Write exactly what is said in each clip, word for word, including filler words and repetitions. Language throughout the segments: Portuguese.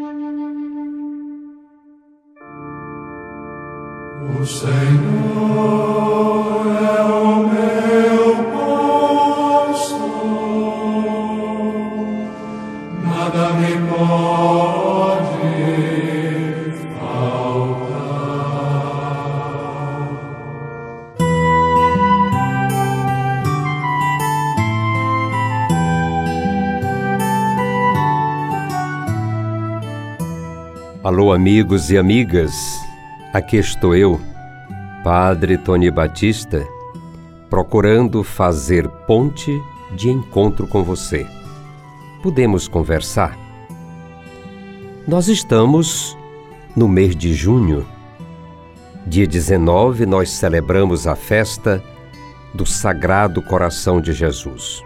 O Senhor é o meu pastor, nada me pode faltar. Alô, amigos e amigas. Aqui estou eu, Padre Tony Batista, procurando fazer ponte de encontro com você. Podemos conversar? Nós estamos no mês de junho. Dia dezenove, nós celebramos a festa do Sagrado Coração de Jesus.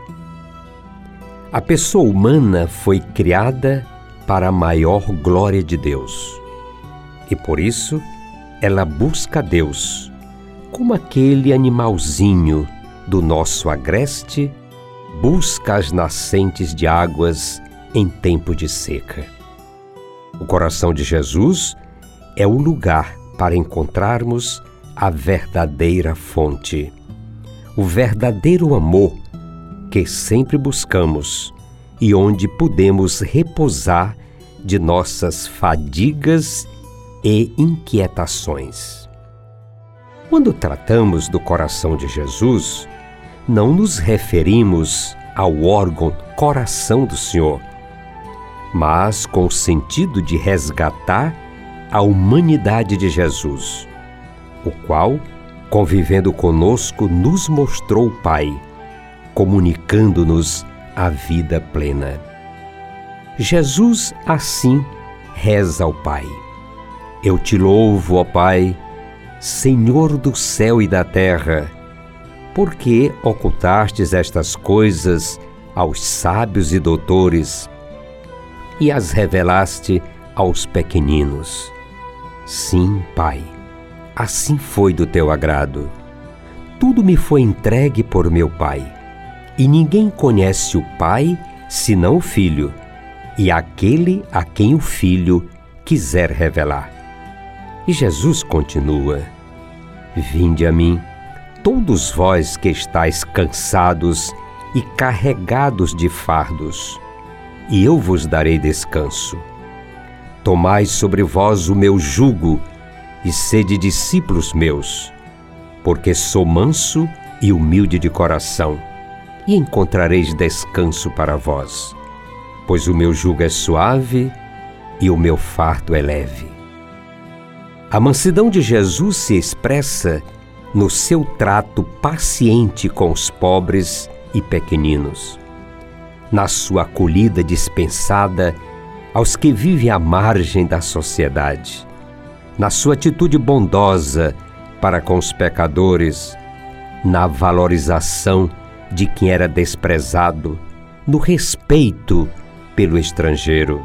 A pessoa humana foi criada para a maior glória de Deus. E por isso, ela busca Deus, como aquele animalzinho do nosso agreste busca as nascentes de águas em tempo de seca. O coração de Jesus é o lugar para encontrarmos a verdadeira fonte, o verdadeiro amor que sempre buscamos e onde podemos repousar de nossas fadigas e inquietações. Quando tratamos do coração de Jesus, não nos referimos ao órgão coração do Senhor, mas com o sentido de resgatar a humanidade de Jesus, o qual, convivendo conosco, nos mostrou o Pai, comunicando-nos a vida plena. Jesus assim reza ao Pai: Eu te louvo, ó Pai, Senhor do céu e da terra, porque ocultastes estas coisas aos sábios e doutores e as revelaste aos pequeninos. Sim, Pai, assim foi do teu agrado. Tudo me foi entregue por meu Pai, e ninguém conhece o Pai senão o Filho, e aquele a quem o Filho quiser revelar. E Jesus continua: Vinde a mim, todos vós que estáis cansados e carregados de fardos, e eu vos darei descanso. Tomai sobre vós o meu jugo e sede discípulos meus, porque sou manso e humilde de coração, e encontrareis descanso para vós, pois o meu jugo é suave e o meu fardo é leve. A mansidão de Jesus se expressa no seu trato paciente com os pobres e pequeninos, na sua acolhida dispensada aos que vivem à margem da sociedade, na sua atitude bondosa para com os pecadores, na valorização de quem era desprezado, no respeito pelo estrangeiro.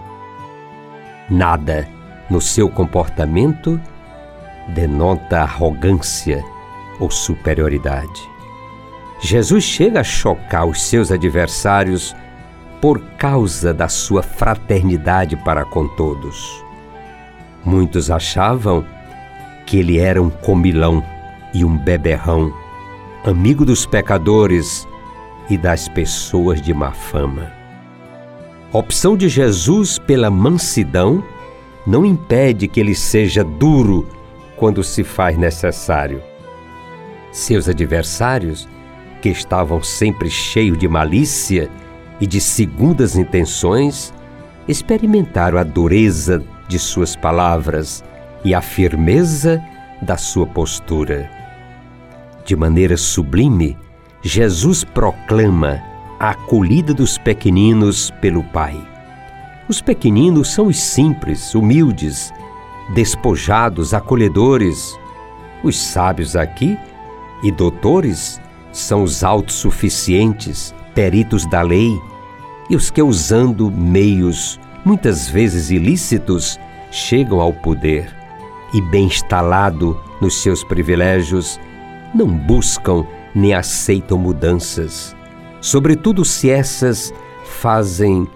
Nada no seu comportamento denota arrogância ou superioridade. Jesus chega a chocar os seus adversários por causa da sua fraternidade para com todos. Muitos achavam que ele era um comilão e um beberrão, amigo dos pecadores e das pessoas de má fama. A opção de Jesus pela mansidão não impede que ele seja duro quando se faz necessário. Seus adversários, que estavam sempre cheios de malícia e de segundas intenções, experimentaram a dureza de suas palavras e a firmeza da sua postura. De maneira sublime, Jesus proclama a acolhida dos pequeninos pelo Pai. Os pequeninos são os simples, humildes, despojados, acolhedores. Os sábios aqui e doutores são os autossuficientes, peritos da lei, e os que, usando meios muitas vezes ilícitos, chegam ao poder e, bem instalado nos seus privilégios, não buscam nem aceitam mudanças, sobretudo se essas fazem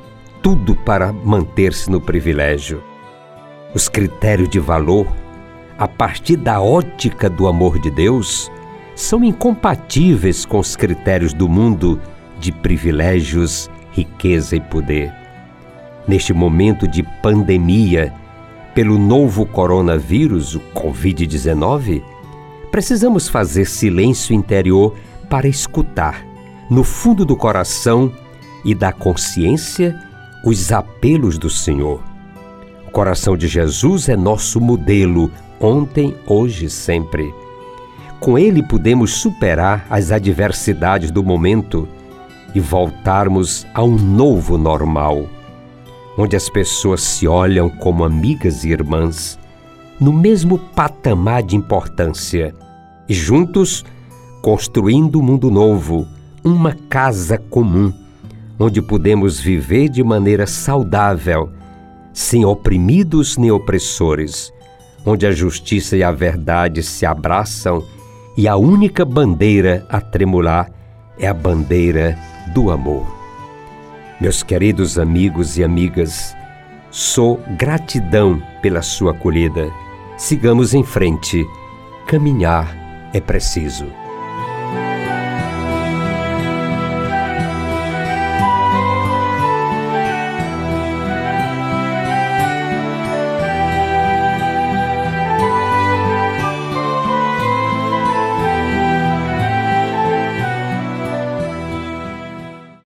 tudo para manter-se no privilégio. Os critérios de valor, a partir da ótica do amor de Deus, são incompatíveis com os critérios do mundo de privilégios, riqueza e poder. Neste momento de pandemia, pelo novo coronavírus, o covid dezenove, precisamos fazer silêncio interior para escutar, no fundo do coração e da consciência, os apelos do Senhor. O coração de Jesus é nosso modelo, ontem, hoje e sempre. Com ele podemos superar as adversidades do momento e voltarmos a um novo normal, onde as pessoas se olham como amigas e irmãs, no mesmo patamar de importância, e juntos construindo um mundo novo, uma casa comum, onde podemos viver de maneira saudável, sem oprimidos nem opressores, onde a justiça e a verdade se abraçam e a única bandeira a tremular é a bandeira do amor. Meus queridos amigos e amigas, sou gratidão pela sua acolhida. Sigamos em frente. Caminhar é preciso.